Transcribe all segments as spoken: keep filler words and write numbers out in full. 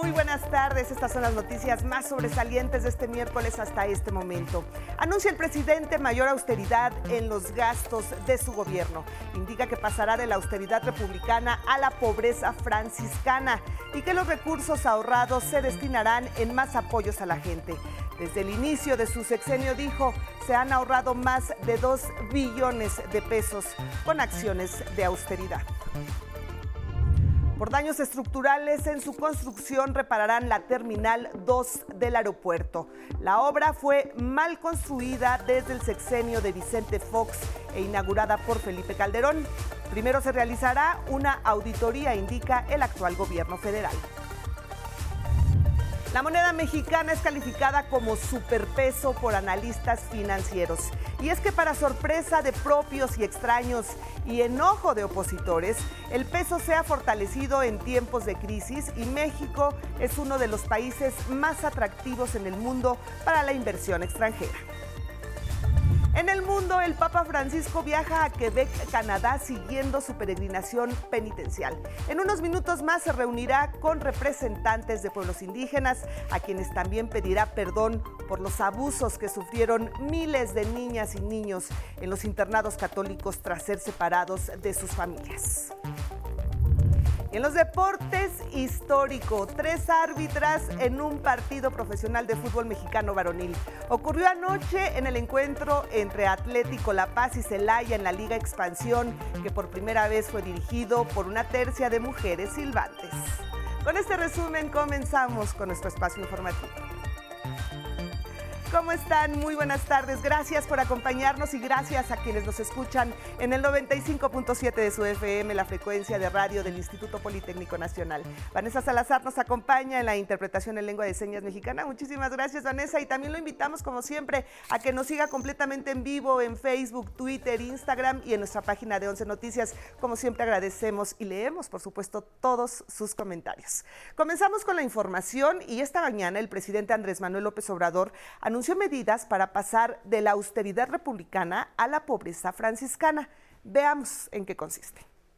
Muy buenas tardes, estas son las noticias más sobresalientes de este miércoles hasta este momento. Anuncia el presidente mayor austeridad en los gastos de su gobierno. Indica que pasará de la austeridad republicana a la pobreza franciscana y que los recursos ahorrados se destinarán en más apoyos a la gente. Desde el inicio de su sexenio, dijo, se han ahorrado más de dos billones de pesos con acciones de austeridad. Por daños estructurales en su construcción repararán la Terminal dos del aeropuerto. La obra fue mal construida desde el sexenio de Vicente Fox e inaugurada por Felipe Calderón. Primero se realizará una auditoría, indica el actual gobierno federal. La moneda mexicana es calificada como superpeso por analistas financieros. Y es que para sorpresa de propios y extraños y enojo de opositores, el peso se ha fortalecido en tiempos de crisis y México es uno de los países más atractivos en el mundo para la inversión extranjera. En el mundo, el Papa Francisco viaja a Quebec, Canadá, siguiendo su peregrinación penitencial. En unos minutos más se reunirá con representantes de pueblos indígenas, a quienes también pedirá perdón por los abusos que sufrieron miles de niñas y niños en los internados católicos tras ser separados de sus familias. En los deportes, histórico, tres árbitras en un partido profesional de fútbol mexicano varonil. Ocurrió anoche en el encuentro entre Atlético La Paz y Celaya en la Liga Expansión, que por primera vez fue dirigido por una tercia de mujeres silbantes. Con este resumen comenzamos con nuestro espacio informativo. ¿Cómo están? Muy buenas tardes. Gracias por acompañarnos y gracias a quienes nos escuchan en el noventa y cinco punto siete de su F M, la frecuencia de radio del Instituto Politécnico Nacional. Vanessa Salazar nos acompaña en la interpretación en lengua de señas mexicana. Muchísimas gracias, Vanessa. Y también lo invitamos, como siempre, a que nos siga completamente en vivo en Facebook, Twitter, Instagram y en nuestra página de Once Noticias. Como siempre, agradecemos y leemos, por supuesto, todos sus comentarios. Comenzamos con la información y esta mañana el presidente Andrés Manuel López Obrador anunció medidas para pasar de la austeridad republicana a la pobreza franciscana. Veamos en qué consiste.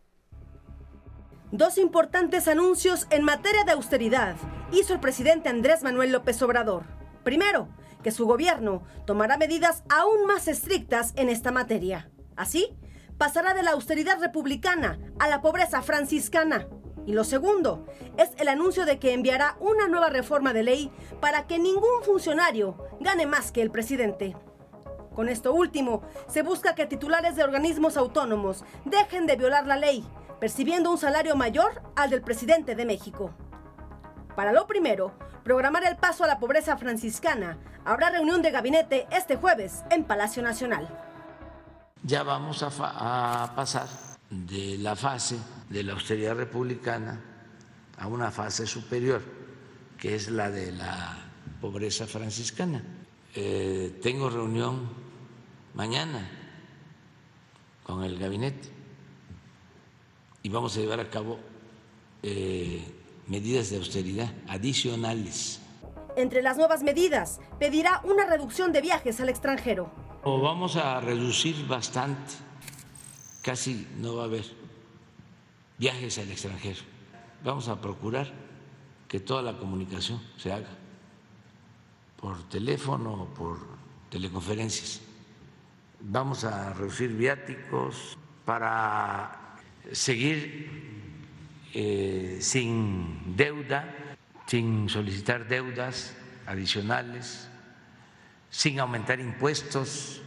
Dos importantes anuncios en materia de austeridad hizo el presidente Andrés Manuel López Obrador. Primero, que su gobierno tomará medidas aún más estrictas en esta materia. Así, pasará de la austeridad republicana a la pobreza franciscana. Y lo segundo es el anuncio de que enviará una nueva reforma de ley para que ningún funcionario gane más que el presidente. Con esto último, se busca que titulares de organismos autónomos dejen de violar la ley, percibiendo un salario mayor al del presidente de México. Para lo primero, programar el paso a la pobreza franciscana. Habrá reunión de gabinete este jueves en Palacio Nacional. Ya vamos a, a pasar de la fase de la austeridad republicana a una fase superior, que es la de la pobreza franciscana. Eh, tengo reunión mañana con el gabinete y vamos a llevar a cabo eh, medidas de austeridad adicionales. Entre las nuevas medidas, pedirá una reducción de viajes al extranjero. O vamos a reducir bastante, casi no va a haber viajes al extranjero. Vamos a procurar que toda la comunicación se haga por teléfono o por teleconferencias. Vamos a reducir viáticos para seguir eh, sin deuda, sin solicitar deudas adicionales, sin aumentar impuestos,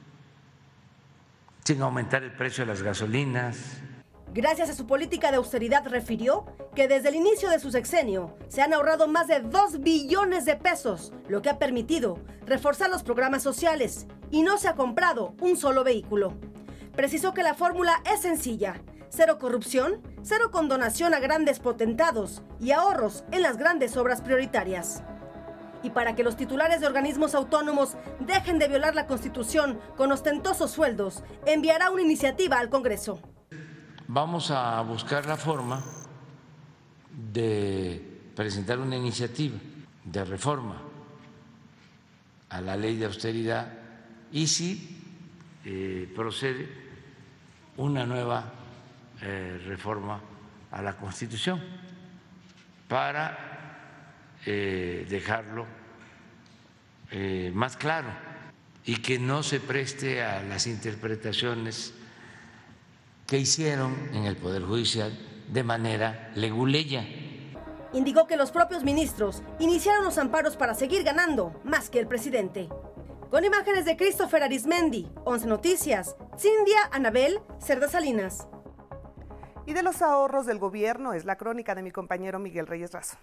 sin aumentar el precio de las gasolinas. Gracias a su política de austeridad, refirió que desde el inicio de su sexenio se han ahorrado más de dos billones de pesos, lo que ha permitido reforzar los programas sociales y no se ha comprado un solo vehículo. Precisó que la fórmula es sencilla: cero corrupción, cero condonación a grandes potentados y ahorros en las grandes obras prioritarias. Y para que los titulares de organismos autónomos dejen de violar la Constitución con ostentosos sueldos, enviará una iniciativa al Congreso. Vamos a buscar la forma de presentar una iniciativa de reforma a la ley de austeridad y si eh, procede una nueva eh, reforma a la Constitución para eh, dejarlo eh, más claro y que no se preste a las interpretaciones que hicieron en el Poder Judicial de manera leguleya. Indicó que los propios ministros iniciaron los amparos para seguir ganando más que el presidente. Con imágenes de Christopher Arismendi, once Noticias, Cindia Anabel Cerda Salinas. Y de los ahorros del gobierno es la crónica de mi compañero Miguel Reyes Razo.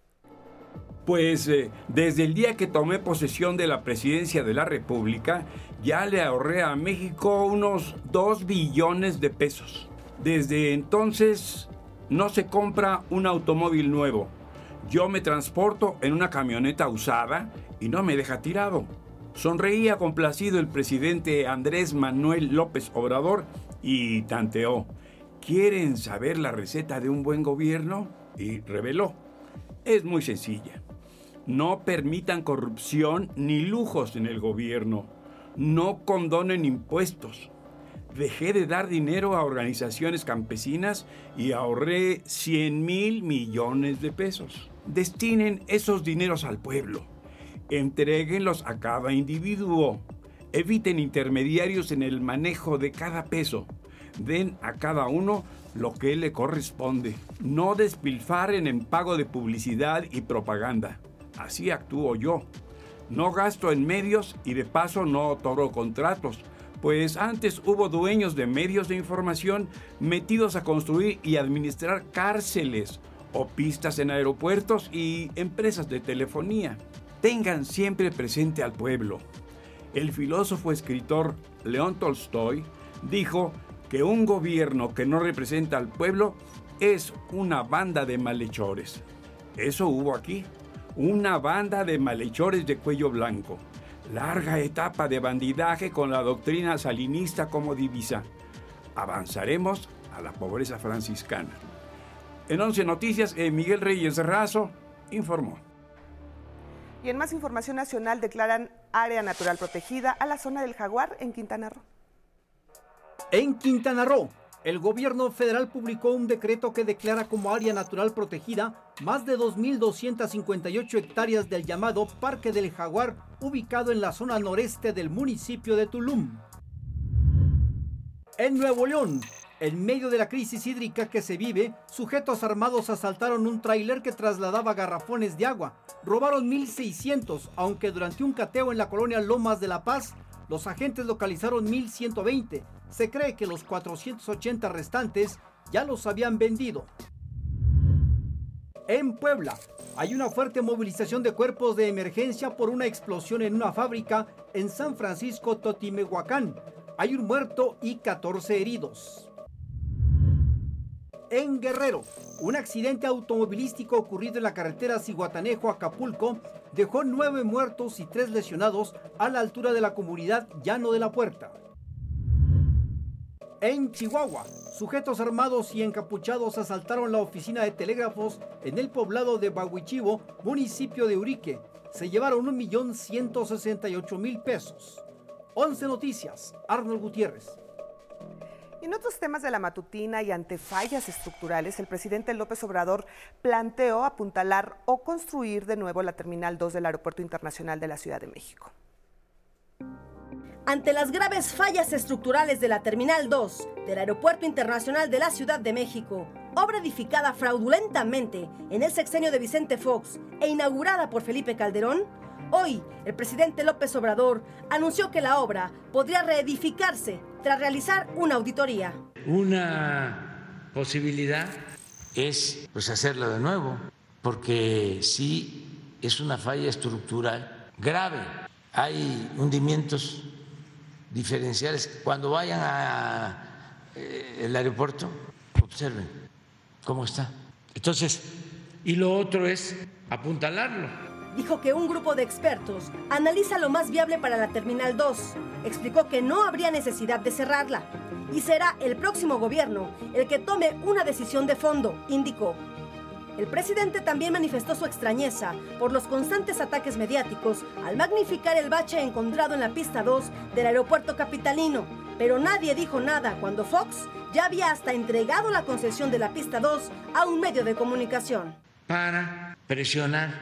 Pues eh, desde el día que tomé posesión de la presidencia de la República, ya le ahorré a México unos dos billones de pesos. Desde entonces no se compra un automóvil nuevo. Yo me transporto en una camioneta usada y no me deja tirado. Sonreía complacido el presidente Andrés Manuel López Obrador y tanteó. ¿Quieren saber la receta de un buen gobierno? Y reveló. Es muy sencilla. No permitan corrupción ni lujos en el gobierno. No condonen impuestos. Dejé de dar dinero a organizaciones campesinas y ahorré cien mil millones de pesos. Destinen esos dineros al pueblo. Entréguenlos a cada individuo. Eviten intermediarios en el manejo de cada peso. Den a cada uno lo que le corresponde. No despilfarren en pago de publicidad y propaganda. Así actúo yo. No gasto en medios y de paso no otorgo contratos, pues antes hubo dueños de medios de información metidos a construir y administrar cárceles o pistas en aeropuertos y empresas de telefonía. Tengan siempre presente al pueblo. El filósofo escritor León Tolstoy dijo que un gobierno que no representa al pueblo es una banda de malhechores. Eso hubo aquí. Una banda de malhechores de cuello blanco. Larga etapa de bandidaje con la doctrina salinista como divisa. Avanzaremos a la pobreza franciscana. En once Noticias, eh, Miguel Reyes Razo informó. Y en más información nacional, declaran área natural protegida a la zona del Jaguar en Quintana Roo. En Quintana Roo, el gobierno federal publicó un decreto que declara como área natural protegida más de dos mil doscientas cincuenta y ocho hectáreas del llamado Parque del Jaguar, ubicado en la zona noreste del municipio de Tulum. En Nuevo León, en medio de la crisis hídrica que se vive, sujetos armados asaltaron un tráiler que trasladaba garrafones de agua. Robaron mil seiscientos, aunque durante un cateo en la colonia Lomas de la Paz, los agentes localizaron mil ciento veinte. Se cree que los cuatrocientos ochenta restantes ya los habían vendido. En Puebla, hay una fuerte movilización de cuerpos de emergencia por una explosión en una fábrica en San Francisco Totimehuacán. Hay un muerto y catorce heridos. En Guerrero, un accidente automovilístico ocurrido en la carretera Zihuatanejo-Acapulco dejó nueve muertos y tres lesionados a la altura de la comunidad Llano de la Puerta. En Chihuahua, sujetos armados y encapuchados asaltaron la oficina de telégrafos en el poblado de Bahuichivo, municipio de Urique. Se llevaron un millón ciento sesenta y ocho mil pesos. once Noticias, Arnold Gutiérrez. En otros temas de la matutina y ante fallas estructurales, el presidente López Obrador planteó apuntalar o construir de nuevo la Terminal dos del Aeropuerto Internacional de la Ciudad de México. Ante las graves fallas estructurales de la Terminal dos del Aeropuerto Internacional de la Ciudad de México, obra edificada fraudulentamente en el sexenio de Vicente Fox e inaugurada por Felipe Calderón, hoy el presidente López Obrador anunció que la obra podría reedificarse tras realizar una auditoría. Una posibilidad es pues hacerlo de nuevo, porque sí es una falla estructural grave. Hay hundimientos diferenciales. Cuando vayan al aeropuerto, observen cómo está. Entonces, y lo otro es apuntalarlo. Dijo que un grupo de expertos analiza lo más viable para la Terminal dos. Explicó que no habría necesidad de cerrarla y será el próximo gobierno el que tome una decisión de fondo, indicó. El presidente también manifestó su extrañeza por los constantes ataques mediáticos al magnificar el bache encontrado en la pista dos del aeropuerto capitalino, pero nadie dijo nada cuando Fox ya había hasta entregado la concesión de la pista dos a un medio de comunicación. Para presionar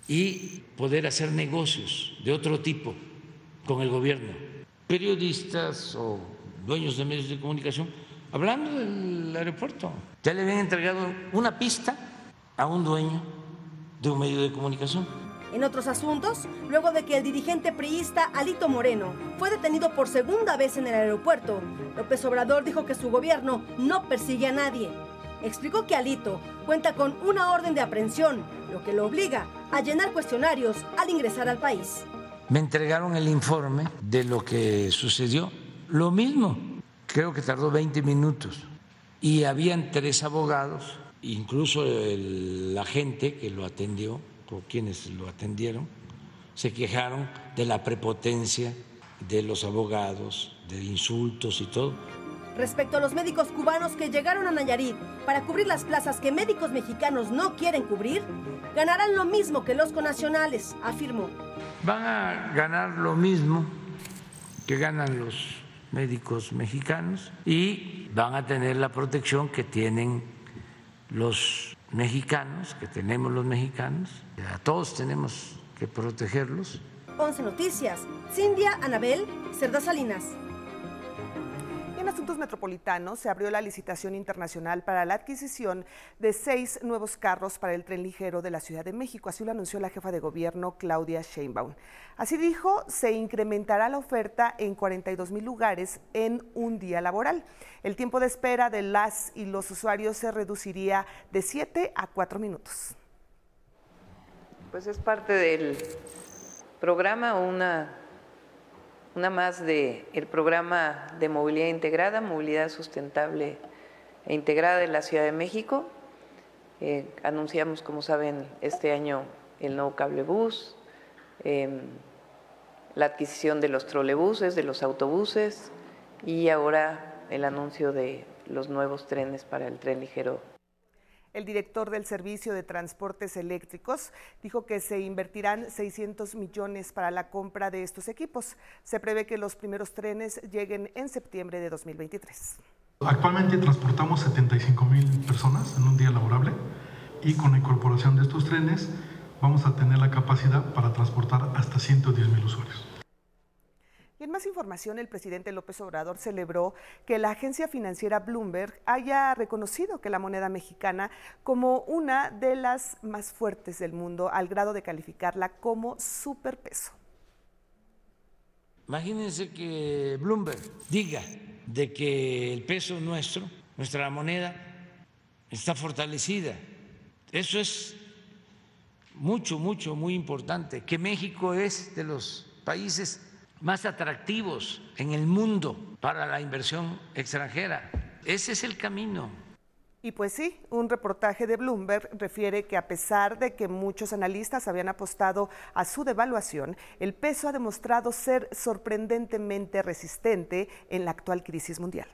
y poder hacer negocios de otro tipo con el gobierno. Periodistas o dueños de medios de comunicación, hablando del aeropuerto, ya le habían entregado una pista a un dueño de un medio de comunicación. En otros asuntos, luego de que el dirigente priista Alito Moreno fue detenido por segunda vez en el aeropuerto, López Obrador dijo que su gobierno no persigue a nadie. Explicó que Alito cuenta con una orden de aprehensión, lo que lo obliga a llenar cuestionarios al ingresar al país. Me entregaron el informe de lo que sucedió. Lo mismo, creo que tardó veinte minutos. Y habían tres abogados, incluso el agente que lo atendió, o quienes lo atendieron, se quejaron de la prepotencia de los abogados, de insultos y todo. Respecto a los médicos cubanos que llegaron a Nayarit para cubrir las plazas que médicos mexicanos no quieren cubrir, ganarán lo mismo que los connacionales, afirmó. Van a ganar lo mismo que ganan los médicos mexicanos y van a tener la protección que tienen los mexicanos, que tenemos los mexicanos. A todos tenemos que protegerlos. once Noticias, Cindia Anabel Cerda Salinas. En asuntos metropolitanos se abrió la licitación internacional para la adquisición de seis nuevos carros para el tren ligero de la Ciudad de México. Así lo anunció la jefa de gobierno Claudia Sheinbaum. Así dijo, se incrementará la oferta en cuarenta y dos mil lugares en un día laboral. El tiempo de espera de las y los usuarios se reduciría de siete a cuatro minutos. Pues es parte del programa, una... Una más del programa de movilidad integrada, movilidad sustentable e integrada de la Ciudad de México. Eh, anunciamos, como saben, este año el nuevo cablebús, eh, la adquisición de los trolebuses, de los autobuses y ahora el anuncio de los nuevos trenes para el tren ligero. El director del Servicio de Transportes Eléctricos dijo que se invertirán seiscientos millones para la compra de estos equipos. Se prevé que los primeros trenes lleguen en septiembre de dos mil veintitrés. Actualmente transportamos setenta y cinco mil personas en un día laborable y con la incorporación de estos trenes vamos a tener la capacidad para transportar hasta ciento diez mil usuarios. Y en más información, el presidente López Obrador celebró que la agencia financiera Bloomberg haya reconocido que la moneda mexicana como una de las más fuertes del mundo, al grado de calificarla como superpeso. Imagínense que Bloomberg diga de que el peso nuestro, nuestra moneda, está fortalecida. Eso es mucho, mucho, muy importante, que México es de los países más atractivos en el mundo para la inversión extranjera. Ese es el camino. Y pues sí, un reportaje de Bloomberg refiere que a pesar de que muchos analistas habían apostado a su devaluación, el peso ha demostrado ser sorprendentemente resistente en la actual crisis mundial.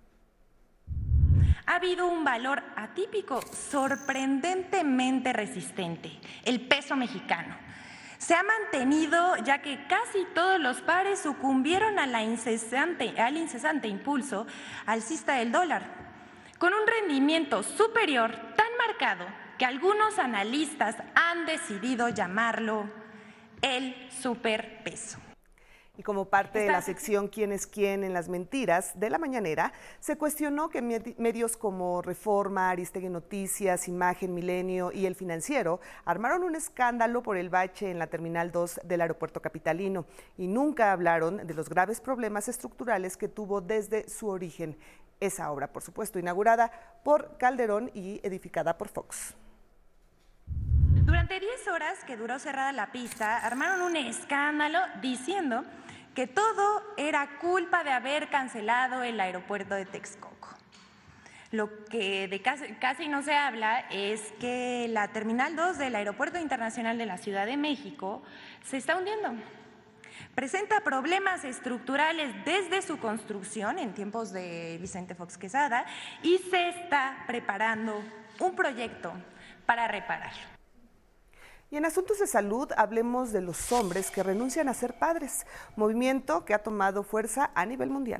Ha habido un valor atípico, sorprendentemente resistente, el peso mexicano. Se ha mantenido ya que casi todos los pares sucumbieron a la incesante, al incesante impulso alcista del dólar, con un rendimiento superior tan marcado que algunos analistas han decidido llamarlo el superpeso. Y como parte de la sección ¿Quién es quién en las mentiras de la mañanera, se cuestionó que medios como Reforma, Aristegui Noticias, Imagen, Milenio y El Financiero armaron un escándalo por el bache en la Terminal dos del aeropuerto capitalino y nunca hablaron de los graves problemas estructurales que tuvo desde su origen. Esa obra, por supuesto, inaugurada por Calderón y edificada por Fox. Durante diez horas que duró cerrada la pista, armaron un escándalo diciendo que todo era culpa de haber cancelado el aeropuerto de Texcoco. Lo que de casi, casi no se habla es que la Terminal dos del Aeropuerto Internacional de la Ciudad de México se está hundiendo. Presenta problemas estructurales desde su construcción en tiempos de Vicente Fox Quesada y se está preparando un proyecto para repararlo. Y en asuntos de salud, hablemos de los hombres que renuncian a ser padres, movimiento que ha tomado fuerza a nivel mundial.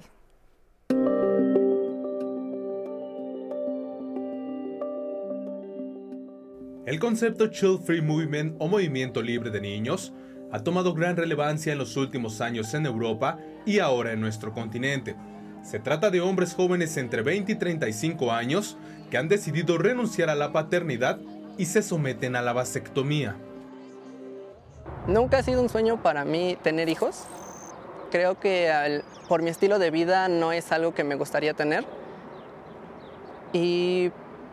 El concepto Child Free Movement o movimiento libre de niños ha tomado gran relevancia en los últimos años en Europa y ahora en nuestro continente. Se trata de hombres jóvenes entre veinte y treinta y cinco años que han decidido renunciar a la paternidad y se someten a la vasectomía. Nunca ha sido un sueño para mí tener hijos. Creo que al, por mi estilo de vida no es algo que me gustaría tener. Y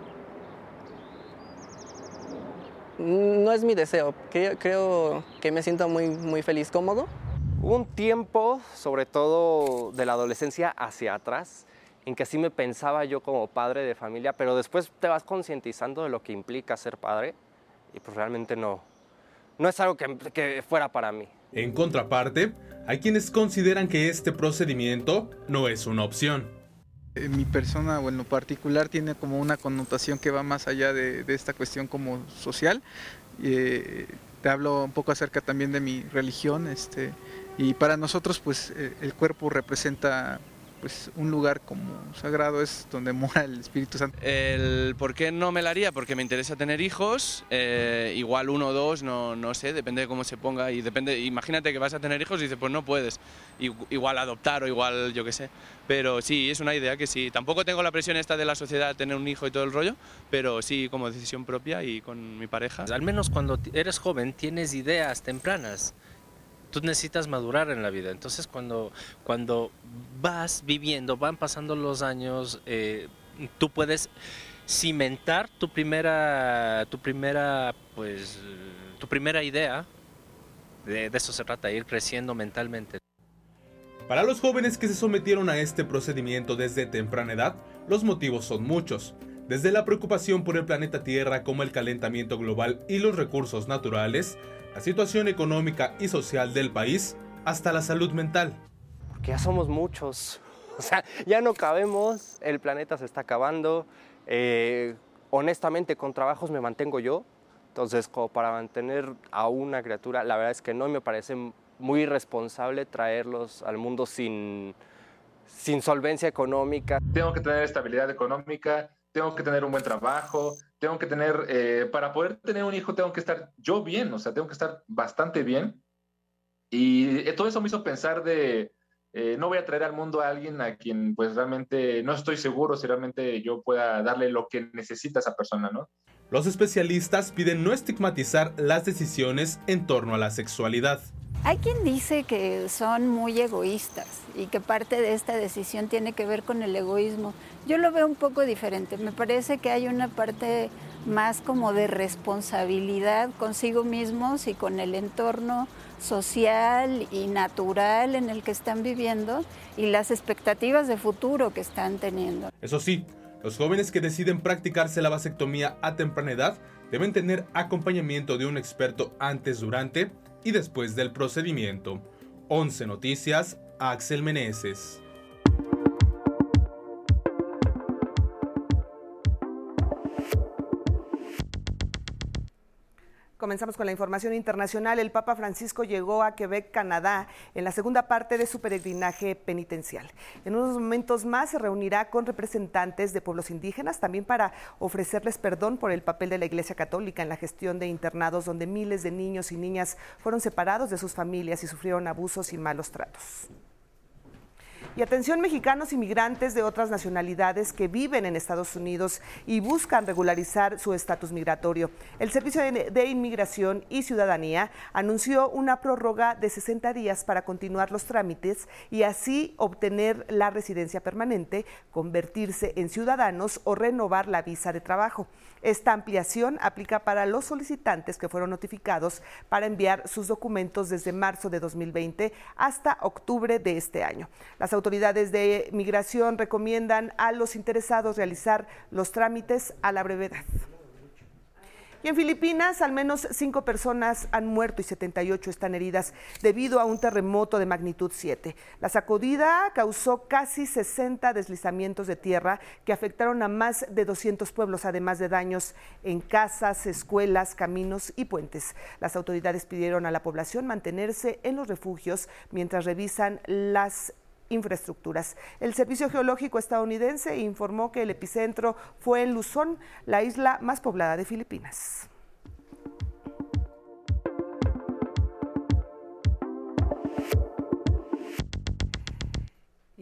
no es mi deseo. Creo, creo que me siento muy, muy feliz, cómodo. Hubo un tiempo, sobre todo de la adolescencia hacia atrás, en que sí me pensaba yo como padre de familia, pero después te vas concientizando de lo que implica ser padre y pues realmente no, no es algo que, que fuera para mí. En contraparte, hay quienes consideran que este procedimiento no es una opción. Mi persona o en lo particular tiene como una connotación que va más allá de, de esta cuestión como social. Eh, te hablo un poco acerca también de mi religión, este, y para nosotros pues eh, el cuerpo representa pues un lugar como sagrado, es donde mora el Espíritu Santo. El por qué no me la haría, porque me interesa tener hijos, eh, igual uno o dos, no, no sé, depende de cómo se ponga y depende, imagínate que vas a tener hijos y dices pues no puedes, igual adoptar o igual yo qué sé, pero sí, es una idea que sí, tampoco tengo la presión esta de la sociedad de tener un hijo y todo el rollo, pero sí como decisión propia y con mi pareja. Al menos cuando eres joven tienes ideas tempranas. Tú necesitas madurar en la vida, entonces cuando, cuando vas viviendo, van pasando los años, eh, tú puedes cimentar tu primera, tu primera, pues, tu primera idea, de, de eso se trata, ir creciendo mentalmente. Para los jóvenes que se sometieron a este procedimiento desde temprana edad, los motivos son muchos. Desde la preocupación por el planeta Tierra como el calentamiento global y los recursos naturales, la situación económica y social del país, hasta la salud mental. Porque ya somos muchos, o sea, ya no cabemos, el planeta se está acabando, eh, honestamente con trabajos me mantengo yo, entonces como para mantener a una criatura, la verdad es que no, me parece muy irresponsable traerlos al mundo sin, sin solvencia económica. Tengo que tener estabilidad económica, tengo que tener un buen trabajo, tengo que tener, eh, para poder tener un hijo tengo que estar yo bien, o sea, tengo que estar bastante bien. Y todo eso me hizo pensar de, eh, no voy a traer al mundo a alguien a quien pues realmente no estoy seguro si realmente yo pueda darle lo que necesita esa persona, ¿no? Los especialistas piden no estigmatizar las decisiones en torno a la sexualidad. Hay quien dice que son muy egoístas y que parte de esta decisión tiene que ver con el egoísmo. Yo lo veo un poco diferente. Me parece que hay una parte más como de responsabilidad consigo mismos y con el entorno social y natural en el que están viviendo y las expectativas de futuro que están teniendo. Eso sí, los jóvenes que deciden practicarse la vasectomía a temprana edad deben tener acompañamiento de un experto antes, durante y después del procedimiento. once Noticias, Axel Meneses. Comenzamos con la información internacional. El Papa Francisco llegó a Quebec, Canadá, en la segunda parte de su peregrinaje penitencial. En unos momentos más se reunirá con representantes de pueblos indígenas, también para ofrecerles perdón por el papel de la Iglesia Católica en la gestión de internados donde miles de niños y niñas fueron separados de sus familias y sufrieron abusos y malos tratos. Y atención, mexicanos inmigrantes de otras nacionalidades que viven en Estados Unidos y buscan regularizar su estatus migratorio. El Servicio de, de Inmigración y Ciudadanía anunció una prórroga de sesenta días para continuar los trámites y así obtener la residencia permanente, convertirse en ciudadanos o renovar la visa de trabajo. Esta ampliación aplica para los solicitantes que fueron notificados para enviar sus documentos desde marzo de dos mil veinte hasta octubre de este año. Las autoridades de migración recomiendan a los interesados realizar los trámites a la brevedad. Y en Filipinas, al menos cinco personas han muerto y setenta y ocho están heridas debido a un terremoto de magnitud siete. La sacudida causó casi sesenta deslizamientos de tierra que afectaron a más de doscientos pueblos, además de daños en casas, escuelas, caminos y puentes. Las autoridades pidieron a la población mantenerse en los refugios mientras revisan las infraestructuras. El Servicio Geológico estadounidense informó que el epicentro fue en Luzón, la isla más poblada de Filipinas.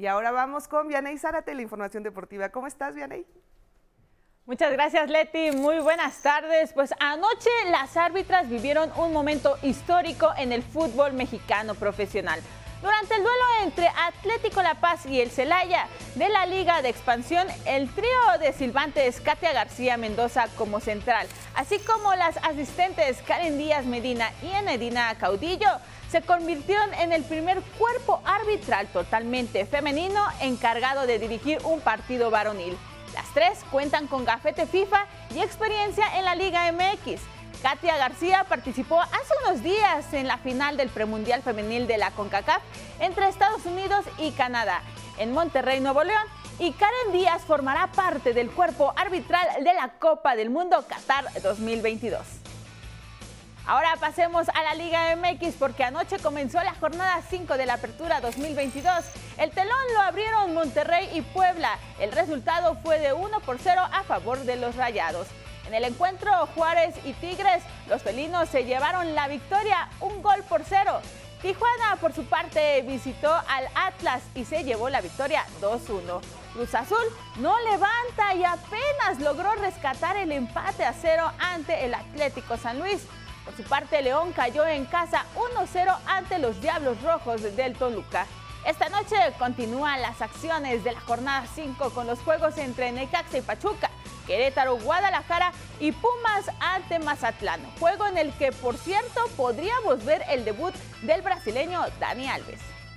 Y ahora vamos con Vianey Zárate, la información deportiva. ¿Cómo estás, Vianey? Muchas gracias, Leti. Muy buenas tardes. Pues anoche las árbitras vivieron un momento histórico en el fútbol mexicano profesional. Durante el duelo entre Atlético La Paz y el Celaya de la Liga de Expansión, el trío de silbantes Katia García Mendoza como central, así como las asistentes Karen Díaz Medina y Enedina Caudillo, se convirtieron en el primer cuerpo arbitral totalmente femenino encargado de dirigir un partido varonil. Las tres cuentan con gafete FIFA y experiencia en la Liga M X. Katia García participó hace unos días en la final del premundial femenil de la CONCACAF entre Estados Unidos y Canadá en Monterrey, Nuevo León, y Karen Díaz formará parte del cuerpo arbitral de la Copa del Mundo Qatar dos mil veintidós. Ahora pasemos a la Liga M X porque anoche comenzó la jornada cinco de la Apertura dos mil veintidós. El telón lo abrieron Monterrey y Puebla. El resultado fue de uno por cero a favor de los Rayados. En el encuentro Juárez y Tigres, los felinos se llevaron la victoria, un gol por cero. Tijuana, por su parte, visitó al Atlas y se llevó la victoria dos uno. Cruz Azul no levanta y apenas logró rescatar el empate a cero ante el Atlético San Luis. Por su parte, León cayó en casa uno cero ante los Diablos Rojos del Toluca. Esta noche continúan las acciones de la jornada cinco con los juegos entre Necaxa y Pachuca, Querétaro, Guadalajara y Pumas ante Mazatlán. Juego en el que, por cierto, podríamos ver el debut del brasileño Dani Alves.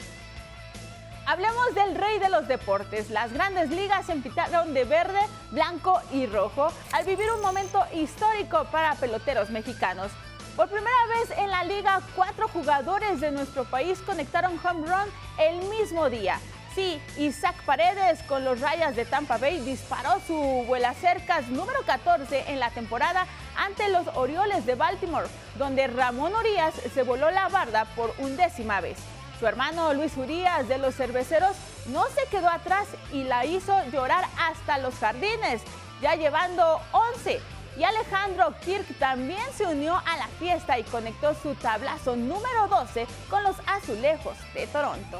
Hablemos del rey de los deportes. Las grandes ligas se pintaron de verde, blanco y rojo al vivir un momento histórico para peloteros mexicanos. Por primera vez en la liga, cuatro jugadores de nuestro país conectaron home run el mismo día. Sí, Isaac Paredes con los Rayas de Tampa Bay disparó su vuelacercas número catorce en la temporada ante los Orioles de Baltimore, donde Ramón Urias se voló la barda por undécima vez. Su hermano Luis Urias de los Cerveceros no se quedó atrás y la hizo llorar hasta los jardines, ya llevando once. Y Alejandro Kirk también se unió a la fiesta y conectó su tablazo número doce con los Azulejos de Toronto.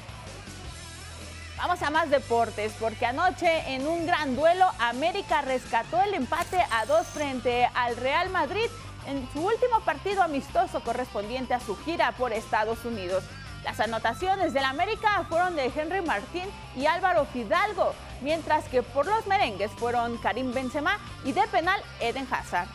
Vamos a más deportes, porque anoche en un gran duelo América rescató el empate a dos frente al Real Madrid en su último partido amistoso correspondiente a su gira por Estados Unidos. Las anotaciones del América fueron de Henry Martín y Álvaro Fidalgo, mientras que por los merengues fueron Karim Benzema y de penal Eden Hazard.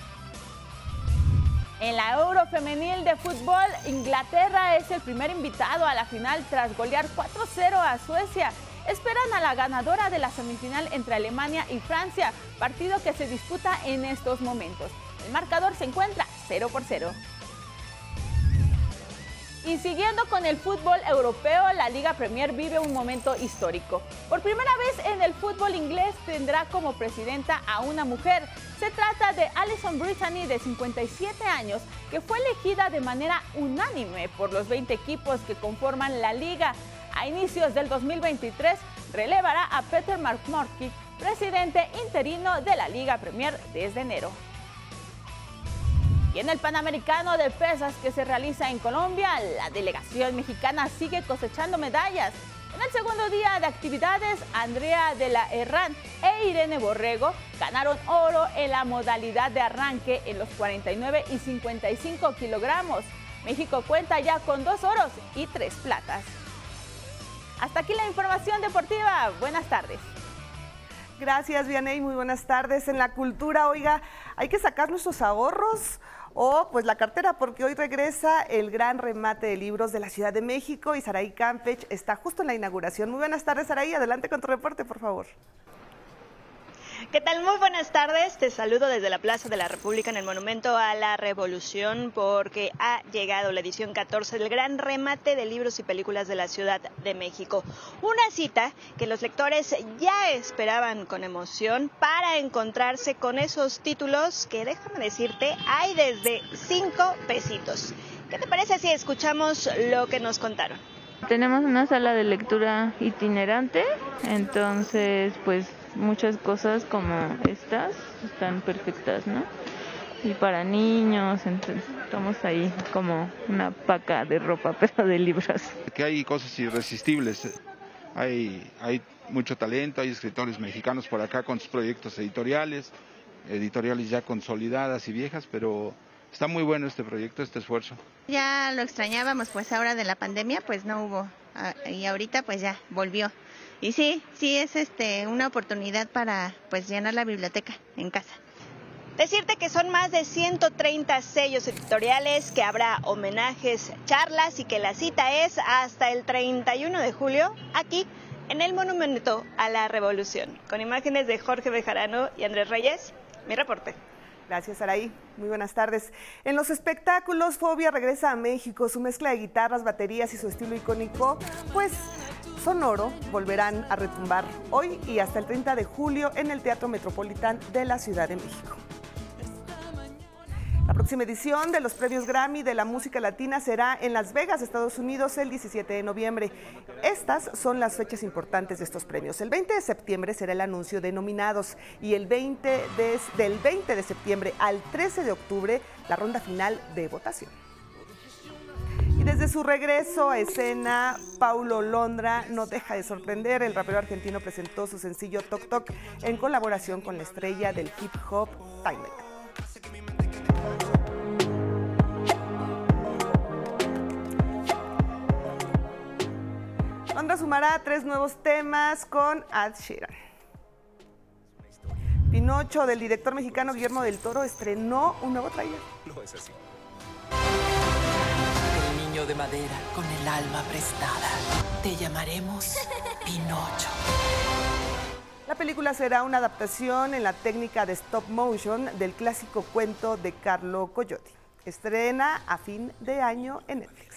En la Euro Femenil de fútbol, Inglaterra es el primer invitado a la final tras golear cuatro cero a Suecia. Esperan a la ganadora de la semifinal entre Alemania y Francia, partido que se disputa en estos momentos. El marcador se encuentra cero por cero. Y siguiendo con el fútbol europeo, la Liga Premier vive un momento histórico. Por primera vez en el fútbol inglés tendrá como presidenta a una mujer. Se trata de Alison Brittany, de cincuenta y siete años, que fue elegida de manera unánime por los veinte equipos que conforman la liga. A inicios del dos mil veintitrés relevará a Peter McMurky, presidente interino de la Liga Premier desde enero. Y en el Panamericano de Pesas que se realiza en Colombia, la delegación mexicana sigue cosechando medallas. En el segundo día de actividades, Andrea de la Herrán e Irene Borrego ganaron oro en la modalidad de arranque en los cuarenta y nueve y cincuenta y cinco kilogramos. México cuenta ya con dos oros y tres platas. Hasta aquí la información deportiva. Buenas tardes. Gracias, Vianey. Muy buenas tardes. En la cultura, oiga, hay que sacar nuestros ahorros o pues la cartera, porque hoy regresa el gran remate de libros de la Ciudad de México y Saraí Campech está justo en la inauguración. Muy buenas tardes, Saraí. Adelante con tu reporte, por favor. ¿Qué tal? Muy buenas tardes. Te saludo desde la Plaza de la República en el Monumento a la Revolución, porque ha llegado la edición catorce del gran remate de libros y películas de la Ciudad de México. Una cita que los lectores ya esperaban con emoción para encontrarse con esos títulos que, déjame decirte, hay desde cinco pesitos. ¿Qué te parece si escuchamos lo que nos contaron? Tenemos una sala de lectura itinerante, entonces pues muchas cosas como estas están perfectas, ¿no? Y para niños, entonces estamos ahí como una paca de ropa, pero de libros. Que hay cosas irresistibles. hay, hay mucho talento, hay escritores mexicanos por acá con sus proyectos editoriales, editoriales ya consolidadas y viejas, pero está muy bueno este proyecto, este esfuerzo. Ya lo extrañábamos, pues ahora de la pandemia pues no hubo, y ahorita pues ya volvió. Y sí, sí es este una oportunidad para pues llenar la biblioteca en casa. Decirte que son más de ciento treinta sellos editoriales, que habrá homenajes, charlas y que la cita es hasta el treinta y uno de julio aquí en el Monumento a la Revolución. Con imágenes de Jorge Bejarano y Andrés Reyes, mi reporte. Gracias, Araí. Muy buenas tardes. En los espectáculos, Fobia regresa a México. Su mezcla de guitarras, baterías y su estilo icónico, pues sonoro, volverán a retumbar hoy y hasta el treinta de julio en el Teatro Metropolitán de la Ciudad de México. La próxima edición de los premios Grammy de la música latina será en Las Vegas, Estados Unidos, el diecisiete de noviembre. Estas son las fechas importantes de estos premios. El veinte de septiembre será el anuncio de nominados y el veinte de, del veinte de septiembre al trece de octubre la ronda final de votación. Y desde su regreso a escena, Paulo Londra no deja de sorprender. El rapero argentino presentó su sencillo Toc Toc en colaboración con la estrella del hip hop, Timeless. Londra sumará tres nuevos temas con Ed Sheeran. Pinocho, del director mexicano Guillermo del Toro, estrenó un nuevo tráiler. No es así. El niño de madera con el alma prestada. Te llamaremos Pinocho. La película será una adaptación en la técnica de stop motion del clásico cuento de Carlo Collodi. Estrena a fin de año en Netflix.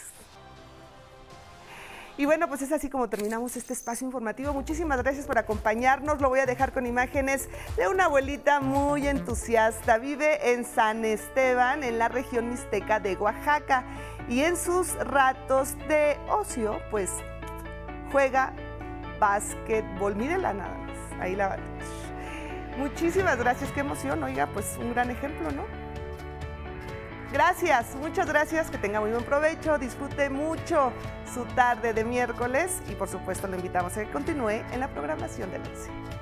Y bueno, pues es así como terminamos este espacio informativo. Muchísimas gracias por acompañarnos. Lo voy a dejar con imágenes de una abuelita muy entusiasta. Vive en San Esteban, en la región mixteca de Oaxaca. Y en sus ratos de ocio, pues juega básquetbol. Mírenla nada más. Ahí la va. Muchísimas gracias. Qué emoción. Oiga, pues un gran ejemplo, ¿no? Gracias, muchas gracias, que tenga muy buen provecho, disfrute mucho su tarde de miércoles y por supuesto lo invitamos a que continúe en la programación del once.